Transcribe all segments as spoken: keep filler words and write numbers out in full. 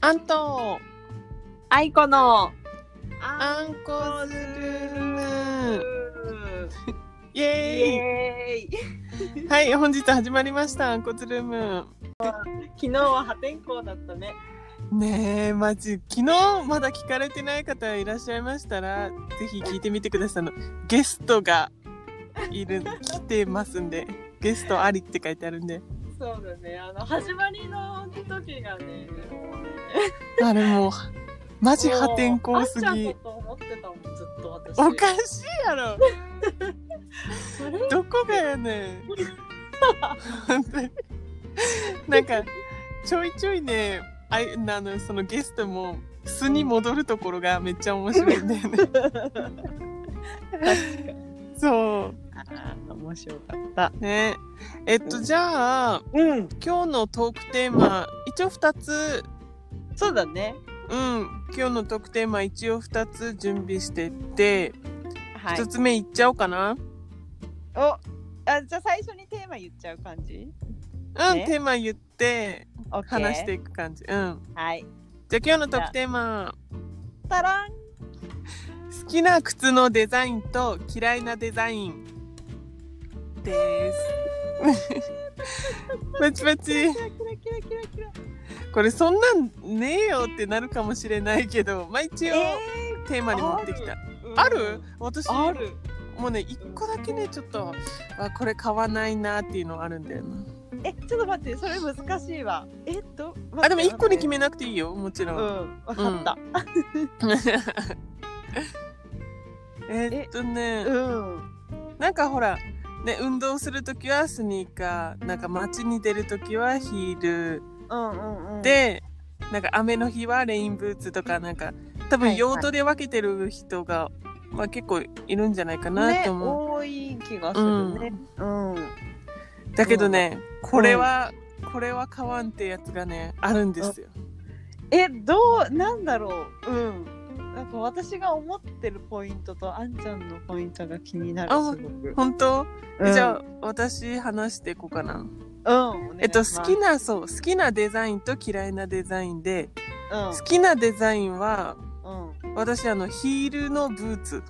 アンとアイコのアンコズルームイエーイ、 イエーイはい、本日始まりましたアンコズルーム。 昨日は破天荒だったね。 ねえ、マジ昨日まだ聞かれてない方いらっしゃいましたらぜひ聞いてみてください。のゲストがいる来てますんで、ゲストありって書いてあるんで。 そうだね、あの始まりの時がね、 あれもうマジ破天荒すぎ。 あんちゃんこと思ってたもん、ずっと私。 おかしいやろどこがやねん本当になんかちょいちょいね、あいあのそのゲストも素に戻るところがめっちゃ面白いんだよねそうあー面白かったね。えっとじゃあ、 うん、 今日のトークテーマ一応ふたつ、 そうだね。 うん、今日のトークテーマ一応ふたつ準備してて、 はい、 ひとつめいっちゃおうかな。 おあじゃあ最初にテーマ言っちゃう感じ。 うん、 ね、 テーマ言ってオッケー話していく感じ。うん。 はい。 じゃあ今日のトークテーマ、 タラン。 好きな靴のデザインと嫌いなデザインですパチパチ。 キラキラキラキラキラ。 これそんなんねえよってなるかもしれないけど、まあ一応えー、 テーマに持ってきた。 ある、 ある？私ある。 もうね一個だけねちょっとあこれ買わないなっていうのあるんだよな。 え、ちょっと待って、それ難しいわ。えっと、 あでも一個に決め。 めなくていいよ、もちろん。 うん、わかった。 えっとね、 うん。 なんかほらね、運動するときはスニーカー、なんか街に出るときはヒール、 うんうんうん。 で、なんか雨の日はレインブーツとか、なんか多分用途で分けてる人が、はいはい、まあ、結構いるんじゃないかなと思う。 ね、多い気がするね。うん。うん、 だけどね、うん、これは、うん、これは買わんってやつがねあるんですよ。 え、どうなんだろう。うん。なんか私が思ってるポイントとあんちゃんのポイントが気になる。すごく。 本当？ うん、 じゃあ私話していこうかな。 うん。 えっと好きなそう好きなデザインと嫌いなデザインで、 うん、 好きなデザインは、 うん、 私あのヒールのブーツ。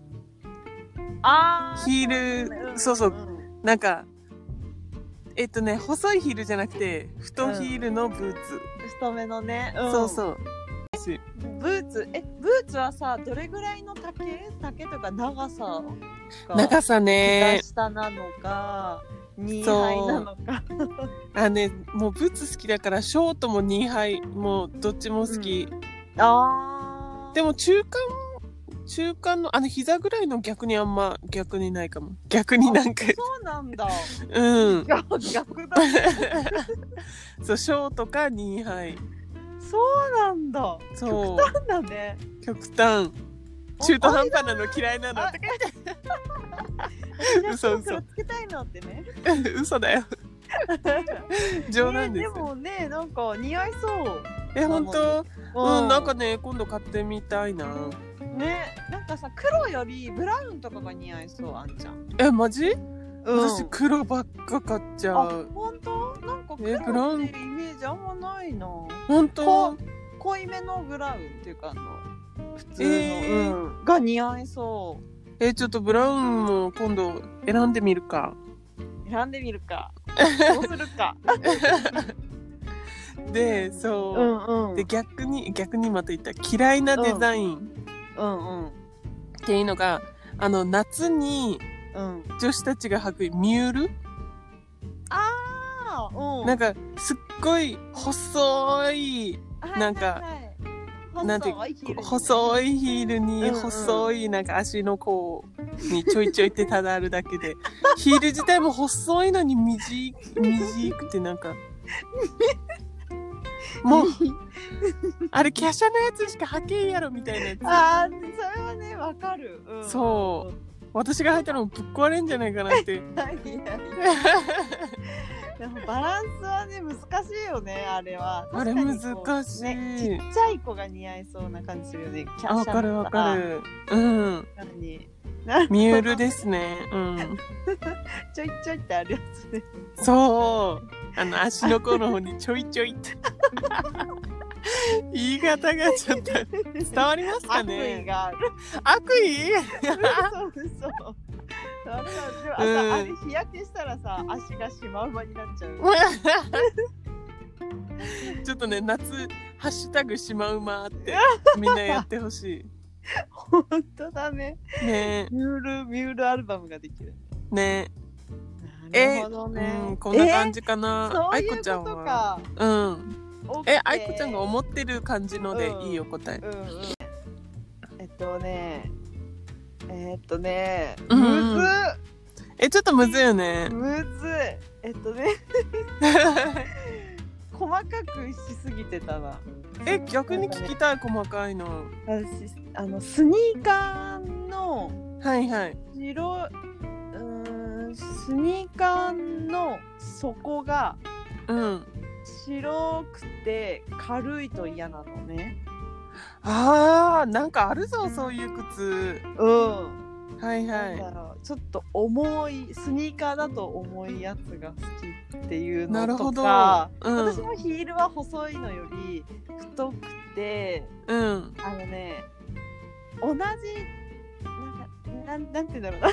あーヒール、 そう、ね、うん、 そうそう、 うん、 なんかえっとね細いヒールじゃなくて太ヒールのブーツ。うん、 太めのね。うん、 そうそう。 ブーツ、え、ブーツはさ、どれぐらいの丈丈とか長さが長さね、 下なのか、ニーハイなのか。 あね、もうブーツ好きだからショートもニーハイもどっちも好き。うん、 あでも中間中間のあの膝ぐらいの逆にあんま逆にないかも。逆になんかそうなんだ。 うん。 逆だ。 そうショートかニーハイ。 そうなんだ。 そう極端だね。 極端。中途半端なの嫌いなのって書いて。嘘嘘。 つけたいのってね。 嘘だよ。冗談です。 でもね、なんか似合いそう。 え、本当？うん、なんかね、今度買ってみたいな。 ね、なんかさ、黒よりブラウンとかが似合いそう、あんちゃん。 え、マジ？ うん、 私黒ばっか買っちゃう。 本当？なんか黒っていうイメージあんまないな。 本当？ 濃いめのブラウンっていうかあの普通の、 えーうん、が似合いそう。 えー、ちょっとブラウンも今度選んでみるか。 選んでみるか。どうするか。 で、そう、 うんうん、 で逆に逆にまた言った嫌いなデザイン、 うん、うんうんっていうのがあの夏に女子たちが履くミュール、 ああ、うん、 なんかすっごい細いなんか、はいはい、なんて細いヒールに細いなんか足の甲にちょいちょいってただあるだけでヒール自体も細いのに短くてなんかもうあれ華奢なやつしか履けんやろみたいなやつ。 あー、それはねわかる、うん、 そう私が履いたのぶっ壊れんじゃないかなって。 でもバランスはね難しいよね、あれは。 あれ難しい、 ね、ちっちゃい子が似合いそうな感じするよね。 あ、わかるわかる。うん何ミュールですね。うん。 ちょいちょいってあるやつね。 そう。あの足の甲の方にちょいちょいって。 言い方がちょっと伝わりますかね。 悪意がある。 悪意そうそうだからでもあ、あれ日焼けしたらさ、足がシマウマになっちゃう。 ちょっとね、夏ハッシュタグシマウマってみんなやってほしい。 本当だね。 ねミュールミュールアルバムができる。 ねなるほどね。 うん、こんな感じかな。 そうあいうこといこちゃんは。 か。 うん。え、あいこちゃんが思思ってる感じのでいいよ、答え。 うんうん。えっとね、えっとね、 うんむうんずっ。 え、ちょっとむずいよね。 むずい。えっとね、細かくしすぎてたな。 え、逆に聞きたい、細かいの。 私、あのスニーカーのはいはい。 白、うーん、スニーカーの底がうん。 白くて軽いと嫌なのね。 あー、なんかあるぞ、そういう靴。 うん。 はいはなんだろう、ちょっと重いスニーカーだと重いやつが好きっていうい。なのとるほど。 か、 うん。 私もヒールは細いのより太くて、 うん。 あのね、同じなんかなんなんて言うんだろうな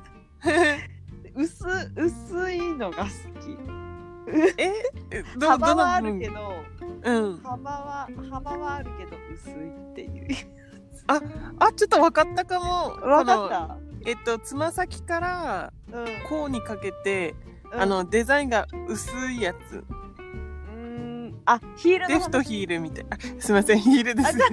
薄薄いのが好き。 え、ど幅どのはある部分？ けど、 うん。 幅は幅はあるけど薄いっていう。 あ、ちょっと分かったかも。 わかった。 えっと、つま先からうん。 甲にかけて、 うんあの、デザインが薄いやつ。 うーん。あ、ヒールので、 話。 太ヒールみたい。あ、すいません、ヒールです。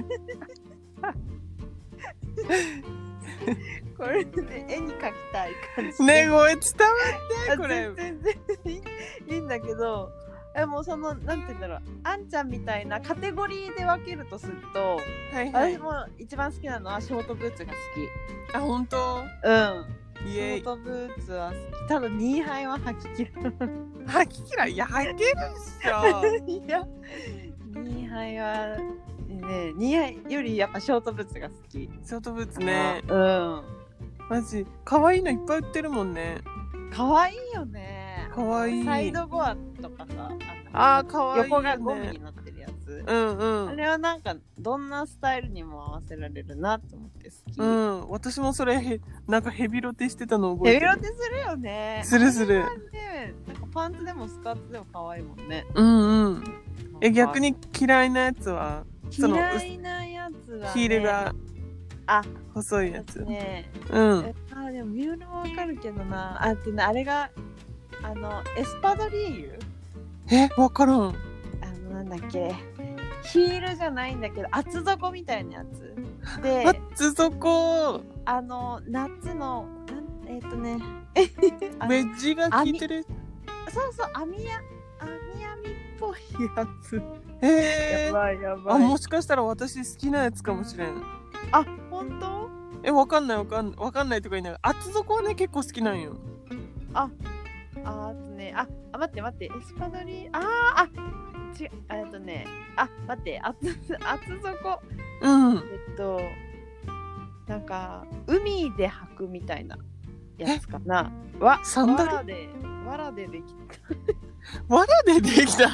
これね、絵に描きたい感じ。 ね、ごめん、伝わって、これ。 全然いいいいんだけど、えもうそのなんて言うんだろう、あんちゃんみたいなカテゴリーで分けるとすると、 はいはい私。も一番好きなのはショートブーツが好あ、本当？ き。うん。 イエイ。 ショートブーツは好き。ただニーハイは履ききる。 履き嫌い。いや、履けるっしょ。 いや、ニーハイはね、ニーハイよりやっぱショートブーツが好き。 ショートブーツね。 うん。 マジ、可愛いのいっぱい売ってるもんね。 可愛いよね。 可愛い。 サイドゴアとかさ、 あー、可愛いよね。 横がゴムになってるやつ。 うんうん。 あれはなんかどんなスタイルにも合わせられるなと思って好き。 うん、私もそれへなんかヘビロテしてたの覚えてる。 ヘビロテするよね。 するする。 あれはね、なんかパンツでもスカートでも可愛いもんね。 うんうん。え、逆に嫌いなやつはその嫌いなやつは、ね、 ヒールがあ細いやつ。 ね。 うん。 えあでもミュールもわかるけどな。あってね、あれがあのエスパドリーユ。 え、わからん。 あのなんだっけ。ヒールじゃないんだけど厚底みたいなやつで、 厚底。 あの夏のなんえっ、ー、とねウェッジが効いてる。 そうそう、網や網網っぽいやつ。 えー、 やばいやばい。 あ、もしかしたら私好きなやつかもしれん。 あ、本当？ え、わかんないわかんわかんないとか言いながら、厚底はね結構好きなんよ。 あ、あーとね、あ、あ待って待って、エスパドリー、あーあ、違う、えっとね、あ、待って、厚厚底。 うん。 えっとなんか海で履くみたいなやつかな。わ、 サンダル？ わらでわらでできた。 わらでできた。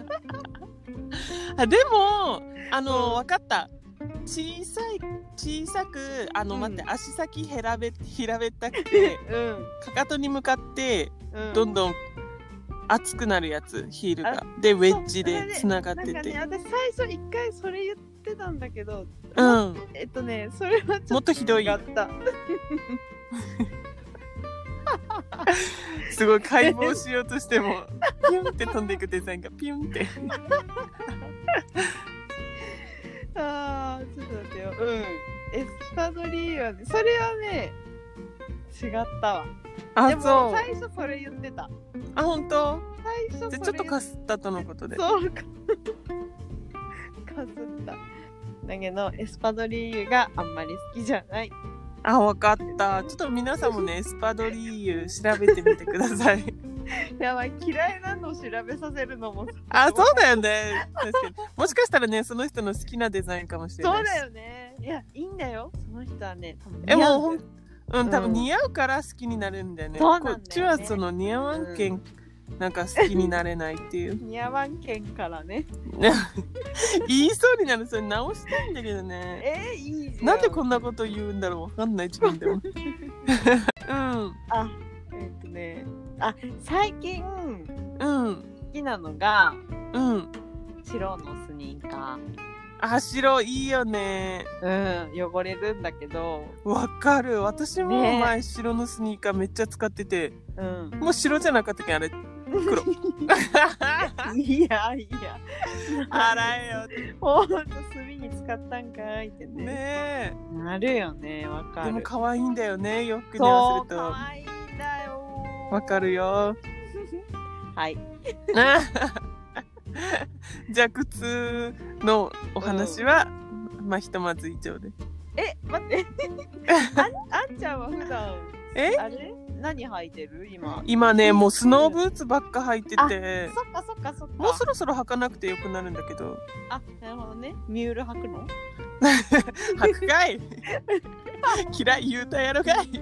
あ、でもあの、 うん、 わかった。小さい小さくあの、うん、待って、足先平べ平べったくて、うん、かかとに向かって、うん、どんどん厚くなるやつ、ヒールがでウェッジでつながってて、 ね、なんかね、私最初一回それ言ってたんだけど、 うん、 えっとね、それはちょっともっとひどい。すごい解剖しようとしてもピュンって飛んでいくデザインがピュンってあー、ちょっと待ってよ。うん。エスパドリーはね、それはね、違ったわ。 あ、 でもそう。 最初それ言ってた。 あ、本当？ 最初それ。 ちょっとかすったとのことで。 そうか。かすった。だけど、エスパドリーユがあんまり好きじゃない。 あ、わかった。ちょっと皆さんもね、エスパドリーユ調べてみてください。 やばい、嫌いなのを調べさせるのも。 あ、そうだよね。確かに。もしかしたらね、その人の好きなデザインかもしれない。 そうだよね。いや、いいんだよ。その人はね、多分え、もうほん、うん、多分似合うから好きになるんだよね。 そうなんだよね。 こっちはその似合わんけん、うん、 なんか好きになれないっていうニャワン県からね言いそうになる。それ直したいんだけどね。 えー、いいじゃん。 なんでこんなこと言うんだろう、わかんない自分でもうん。 あ、えっとね、あ、最近うん好きなのがうん白のスニーカあ、白いいよね。 ー。うん、汚れるんだけど。 わかる。私もね前白のスニーカーめっちゃ使ってて、 うん。 もう白じゃなかったっけあれ、黒いやいや。 洗えよってほんと墨に使ったんかいってね。 ねなるよね、わかえ。 る。 でも可愛いんだよね、洋服に合わせると。 そう、可愛いんだよ。 わかるよ。 はい。 じゃあ靴のお話は、うん、まあひとまず以上で。 え、待ってあ。あんちゃんは普段えあれ何履いてる今？ 今ね、もうスノーブーツばっか履いてて、 そっかそっかそっか。 もうそろそろ履かなくてよくなるんだけど。 あ、なるほどね。ミュール履くの？ 履くかい嫌い言うたやろかい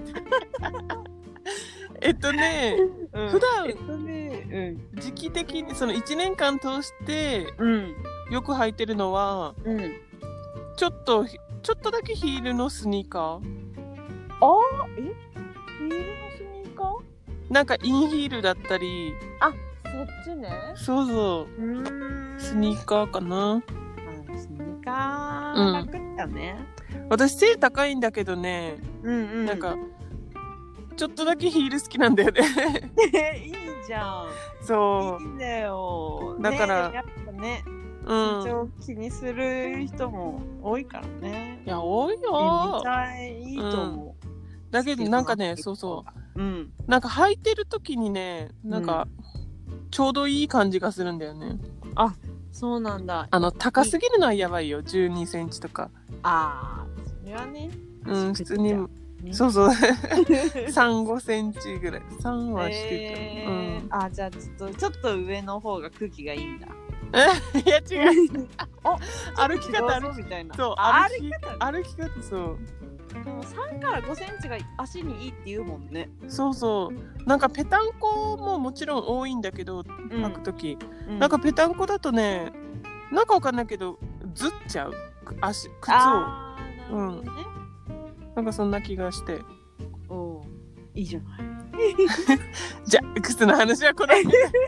えっとね、 うん、 普段、 えっとね、 うん、時期的にそのいちねんかん通してうんよく履いてるのは、 うん、 ちょっとちょっとだけヒールのスニーカー。 あー、え、ヒールのスニーカー？ なんかインヒールだったり。 あ、そっちね。 そうそう、 うーん、 スニーカーかな。 あ、スニーカー楽だね、 うん、私背高いんだけどね、 うんうん、 なんかちょっとだけヒール好きなんだよねいいじゃん。 そういいんだよ。 だから、 ね、やっぱね、 うん、 身長気にする人も多いからね。 いや多いよ。 めっちゃいいと思う、うん、 だけどなんかね、そうそう、うん、なんか履いてる時にね、なんか、うん、ちょうどいい感じがするんだよね。 あ、そうなんだ。 あの高すぎるのはやばいよ、じゅうにセンチとか。 ああ、それはね、 うん普通に、そうそうさん、ごセンチぐらい、さんはしてる、えーうん、 あ、じゃあちょっとちょっと上の方が空気がいいんだいや違う歩き方歩みたいな。 そう歩き方歩き方そうでもさんからごセンチが足にいいって言うもんね。 そうそうなんかペタンコももちろん多いんだけど、履くとき、うん、なんかペタンコだとね、なんかわかんないけどずっちゃう足靴を。 あー、なるほどね、 うん、なんかそんな気がして。 おいいじゃないじゃあ靴の話はこの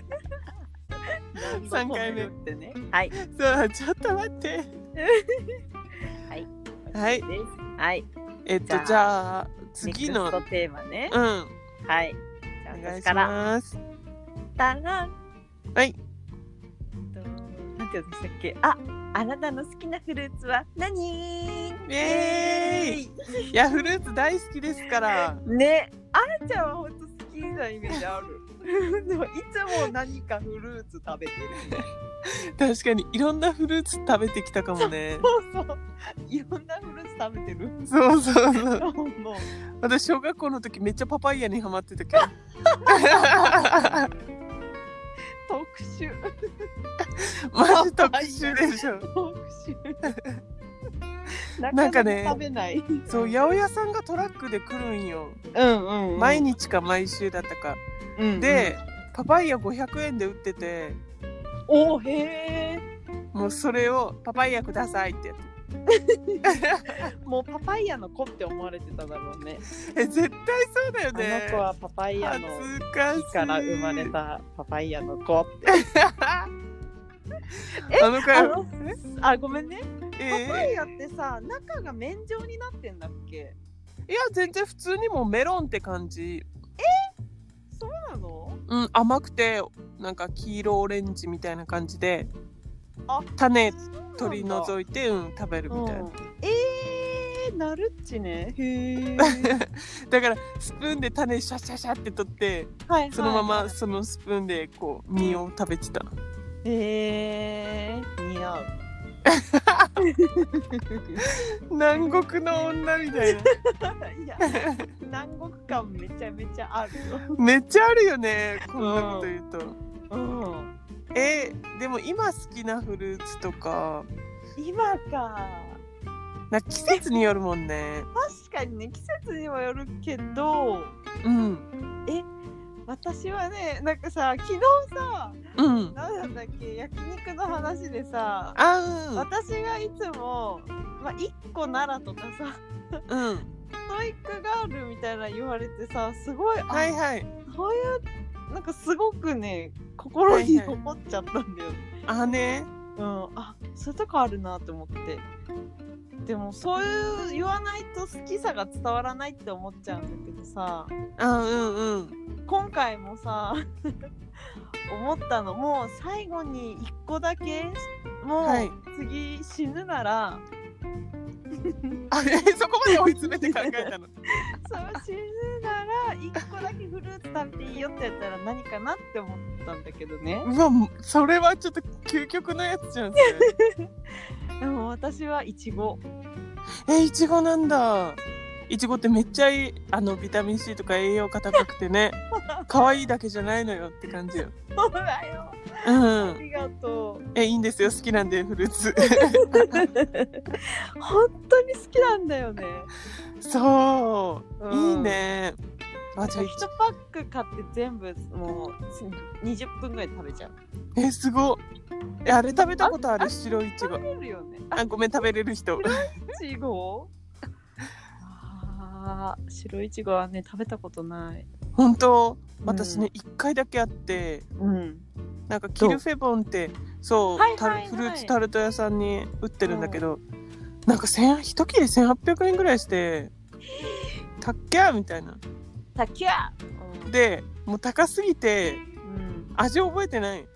さんかいめってね。はい。 そうちょっと待ってはいはいはいえっとじゃあ次のテーマね。 うんはい。 じゃあお願いします。 たらはいなんて言うんでしたっけ。あ、あなたの好きなフルーツは何？ イエーイいやフルーツ大好きですからね。あんちゃんはほんと好きなイメージあるでもいつも何かフルーツ食べてる確かにいろんなフルーツ食べてきたかもね。 そうそういろんなフルーツ食べてる。 そうそうそう私小学校の時めっちゃパパイヤにハマってたけど特殊マジ特殊でしょ。 特殊なんかね食べないそう八百屋さんがトラックで来るんよ、 うんうん、うん、 毎日か毎週だったか、うんうん、でパパイヤごひゃくえんで売ってて、 おーへーもうそれをパパイヤくださいってやってもうパパイヤの子って思われてただろうね。 え絶対そうだよね。 あの子はパパイヤの木から生まれたパパイヤの子ってえあの子あのあごめんね、 えー、 パパイヤってさ中が麺状になってんだっけ。 いや全然普通にもうメロンって感じ。 えそうなの。 うん甘くてなんか黄色オレンジみたいな感じで、 あ種取り除いて、うん、食べるみたいな、うん、 えー、なるっちね。へーだからスプーンで種シャシャシャって取って、はいはい、そのままそのスプーンでこう実を食べてた。 えー、似合う南国の女みたいな。いや南国感めちゃめちゃあるよ。 めっちゃあるよねこんなこと言うと、 うんうん、 えー、でも今好きなフルーツとか。 今かな季節によるもんね。 確かにね季節にもよるけど、 うんえ私はね、なんかさ、昨日さ、 うん。 なんなんだっけ、焼肉の話でさ、 あ、うん。 私がいつも、まあ、いっこ奈良とかさ、 うん。 ストイックガールみたいな言われてさ、すごい、あ、 はいはい。 そういう、なんかすごくね、心に残っちゃったんだよね。 あね。 うん、あ、そういうとこあるなって思って。でもそういう言わないと好きさが伝わらないって思っちゃうんだけどさ、 あ、うんうん。 今回もさ思ったの、もう最後にいっこだけもう、はい、次死ぬならあれそこまで追い詰めて考えたのそう死ぬならいっこだけフルーツ食べていいよってやったら何かなって思ったんだけどね。 うわ、それはちょっと究極のやつじゃんでも私はイチゴ。 え、イチゴなんだ。イチゴってめっちゃいい、あのビタミン C とか栄養価高くてね可愛いだけじゃないのよって感じよ。 そうだよ、うん、ありがとう。 え、いいんですよ、好きなんでフルーツ本当に好きなんだよね。 そう、うん、いいね。 あ、じゃあいちパック買って全部もうにじゅっぷんぐらいで食べちゃう。 え、すごい。あれ食べたことある？白いちご。 食べるよね。 あ、ごめん、食べれる人。 白いちごあ、白いちごはね食べたことない。 本当？私ね、一、うん、回だけあって、 うん、 なんかキルフェボンってそう、はいはいはい、フルーツタルト屋さんに売ってるんだけど、うん、なんか一切れせんはっぴゃくえんぐらいしてたっけーみたいな。 たっけー、 うん、でもう高すぎて、うん、味覚えてない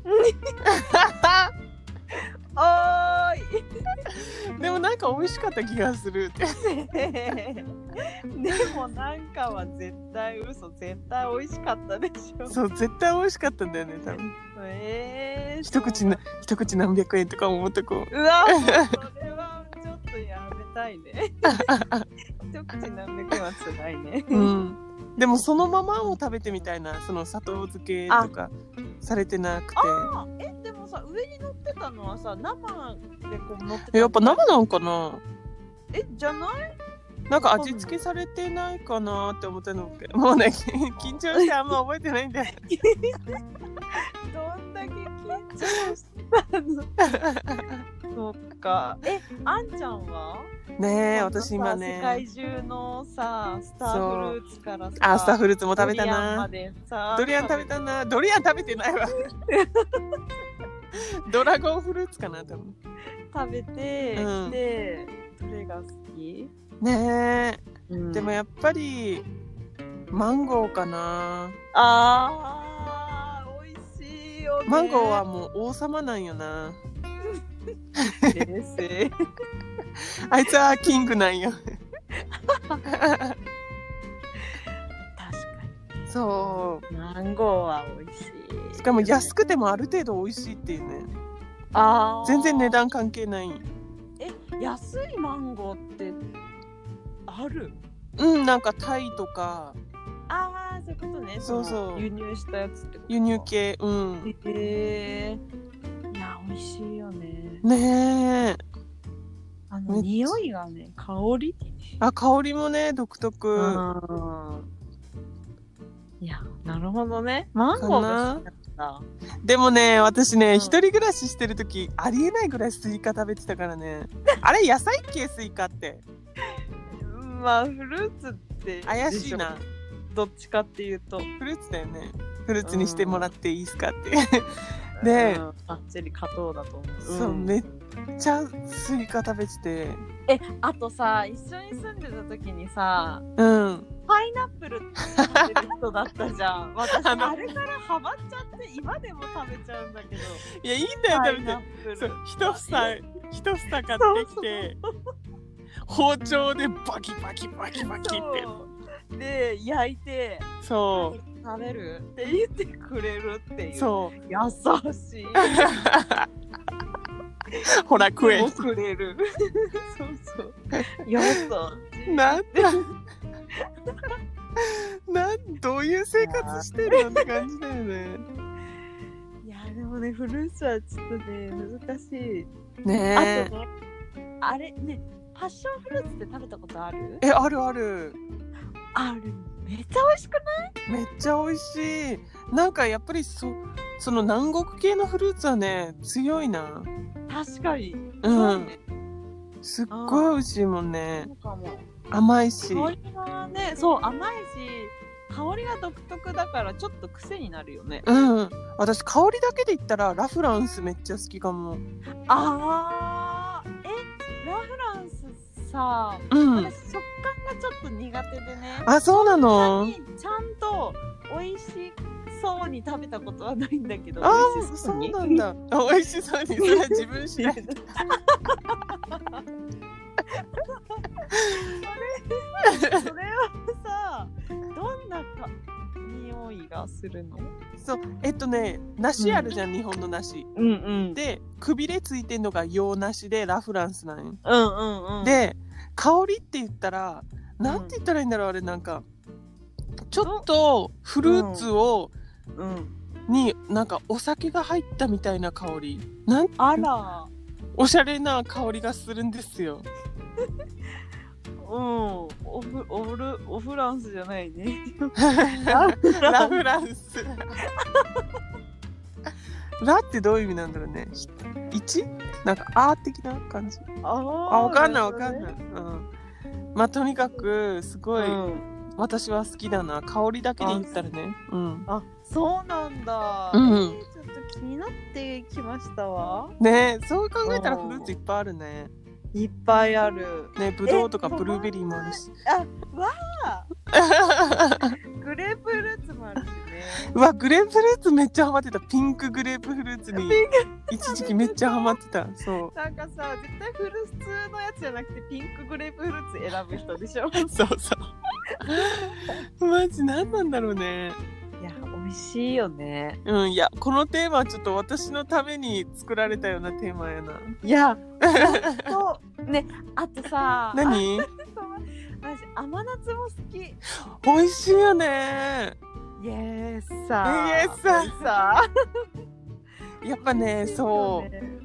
おーいでもなんか美味しかった気がするってでもなんかは絶対嘘、絶対美味しかったでしょ。 そう、絶対美味しかったんだよね多分。 えー、 一口な一口何百円とか思ってこう、 うわそれはちょっとやめたいね一口何百円はつらいねうん。でもそのままを食べてみたいな、その砂糖漬けとかされてなくて。 あえでもさ、上に乗ってたのはさ、生でこう乗ってた。 やっぱ生なんかな。 え、じゃない？ なんか味付けされてないかなって思ったのけど、もうね緊張してあんま覚えてないんだよどんだけ緊張したのそっか。え、あんちゃんはねえ、私今ね世界中のさスターフルーツからさ、 あ、スターフルーツも食べたな。 ドリアン食べたな。ドリアン食べてないわドラゴンフルーツかな多分。 食べて、うん、でどれが好き？ ねえ、うん、でもやっぱりマンゴーかな。 あー、美味しいよね。 マンゴーはもう王様なんよな冷静あいつはキングなんよ確かにそうマンゴーは美味しい。 しかも安くてもある程度美味しいっていうね。 あ全然値段関係ない。 え、安いマンゴーってある？ うん、なんかタイとか。 ああ、そういうことね。 そうそう。 輸入したやつってこと。 輸入系、うん。 へえー。いや、美味しいよね。 ねえ。 あの匂いがね、香り？ あ、香りもね、独特。 いや、なるほどね。マンゴーが好きだった。 でもね、私ね、うん、一人暮らししてるときありえないぐらいスイカ食べてたからねあれ野菜系スイカってまあフルーツって怪しいな。 どっちかっていうとフルーツだよね。フルーツにしてもらっていいですかってで、 うん、バッチリ加糖だと思う。 そう、うん、めっちゃスイカ食べてて。 え、あとさ、一緒に住んでた時にさ、 うん、 パイナップル食べる人だったじゃん。私あれからハマっちゃって今でも食べちゃうんだけど。 いや、いいんだよ、食べて。そう、一房一房買ってきて包丁でバキバキバキバキってで焼いて、 そう食べるって言ってくれるっていう。 そう、 優しいほら食えくれるそうそうやったなんだなんどういう生活してるのって感じだよね。 いやでもね、フルーツはちょっとね難しいね。 あとね、あれね、パッションフルーツって食べたことある？ え、あるあるある。めめっちゃ美味しくない？ めっちゃ美味しい。なんかやっぱりそその南国系のフルーツはね強いな。 確かに。 うん。すっごい美味しいもんね。 そうかも。 甘いし。 香りがね、そう甘いし、香りが独特だからちょっと癖になるよね。 うん。私香りだけで言ったらラフランスめっちゃ好きかも。 ああ、え、ラフランスさ、 うん、 私食感がちょっと苦手でね。 あ、そうなの？ ちゃんと美味しそうに食べたことはないんだけど。 ああ、そうなんだ。美味しそうに、それは自分しないと。 それ、それはさ、どんなか匂いがするの？ そう、えっとね、梨あるじゃん、うん、日本の梨。 うんうん。 で、くびれついてんのが洋梨でラフランスなんよ。 うんうんうん。 で、香りって言ったら、なんて言ったらいいんだろう、あれなんか、ちょっとフルーツを、うん、になんかお酒が入ったみたいな香り。なんあら。 おしゃれな香りがするんですよ。 うん、オフオフオフランスじゃないね。 ラフランス。ラってどういう意味なんだろうね。一？なんかあー的な感じ。ああ、わかんないわかんない。うん。まあとにかくすごい、うん、私は好きだな。香りだけで言ったらね。うん。 あ、そうなんだ。 うん。 えー、ちょっと気になってきましたわ。 ねえ、そう考えたらフルーツいっぱいあるね。 いっぱいある。 ね、ブドウとかブルーベリーもあるし。 あ、わあ。グレープフルーツもあるしね。 うわ、グレープフルーツめっちゃハマってた。ピンクグレープフルーツに一時期めっちゃハマってた。そう。 なんかさ、絶対フル普通のやつじゃなくてピンクグレープフルーツ選ぶ人でしょ。 そうそう。マジ何なんだろうね。 いや、美味しいよね。 うん、いや、このテーマはちょっと私のために作られたようなテーマやな。 いや、ほんとね、あとさ、 何？ 私甘夏も好き。 美味しいよね。 イエスさイエスさやっぱね、そう、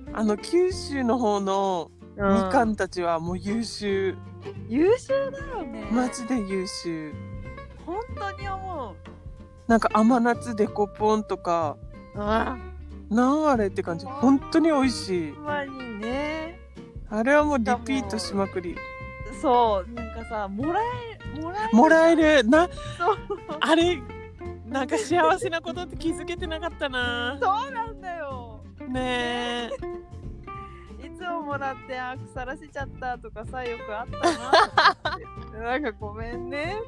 あの九州の方のみかんたちはもう優秀。 優秀だよね。 マジで優秀。 本当に思う。 なんか甘夏デコポンとか、あなんあれって感じ。本当に美味しい。 ほんまにね。 あれはもうリピートしまくり。 そう、なんかさ、もらえもらえる。 もらえるな。あれなんか幸せなことって気づけてなかったな。 そうなんだよ。 ねえ。いつももらってあ腐らせちゃったとかさ、よくあったな。なんかごめんね。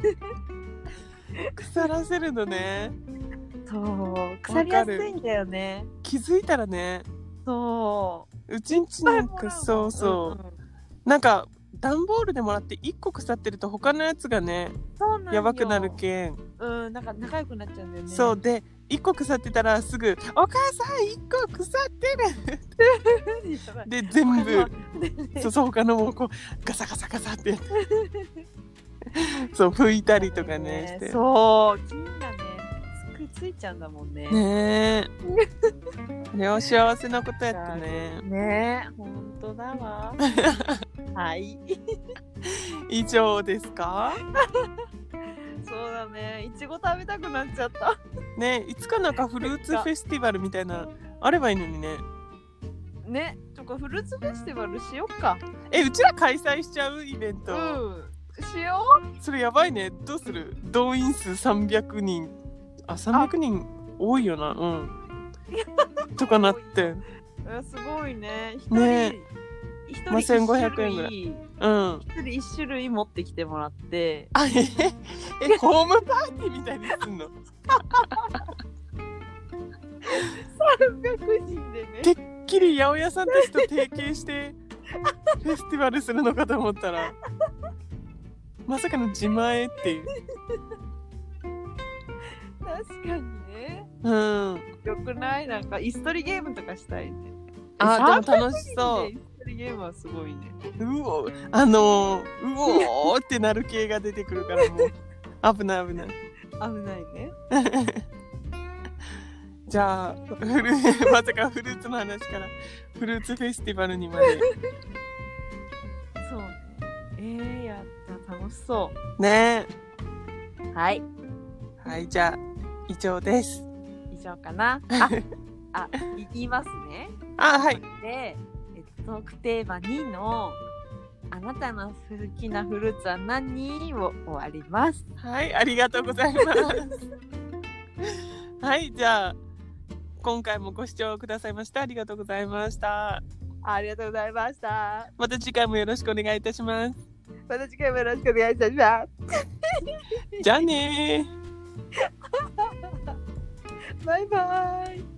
腐らせるのね。 そう腐りやすいんだよね。 気づいたらね。 そううちんちなんかそうそう、うんうん、なんか段ボールでもらっていっこ腐ってると他のやつがねやばくなるけん、 うん、なんか仲良くなっちゃうんだよね。 そうでいっこ腐ってたらすぐお母さんいっこ腐ってるで全部そうそう他のもこうガサガサガサってそう拭いたりとかねして、 そう菌がねくっついちゃうんだもんね。 ねえあれは幸せなことやったね。 ねえ本当だわ。はい以上ですか？ そうだね、いちご食べたくなっちゃったね。いつかなんかフルーツフェスティバルみたいなあればいいのにね。 ねとかフルーツフェスティバルしよっか。 えうちら開催しちゃうイベント。 うんしよう。それやばいね。どうする？動員数さんびゃくにん。あさんびゃくにん多いよな。うんとかなってすごいね。一人ね一人せんごひゃくえんぐらい。うん。 一人一種類持ってきてもらって。 あええホームパーティーみたいにすんの？ さんびゃくにんでね。 てっきり八百屋さんたちと提携してフェスティバルするのかと思ったらまさかの自前っていう。 確かにね。 うん。よくない？なんか椅子取りゲームとかしたいね。 あでも楽しそう。 椅子取りゲームはすごいね。 うおあのー、うおーってなる系が出てくるからもう危ない危ない。 危ないね。 じゃあフルまさかフルーツの話からフルーツフェスティバルにまで。 そうね。えー、やった楽しそう。 ねえ。 はい。 はい、じゃあ以上です。 以上かな。あ、あ、言いますね。 あ、はい。 で、えっと、トークテーマにのあなたの好きなフルーツは何を終わります。 はい、ありがとうございます。はい、じゃあ今回もご視聴くださいましてありがとうございました。 ありがとうございました。 また次回もよろしくお願いいたします。 また次回もよろしくお願いいたします。 じゃあねー。 バイバイ。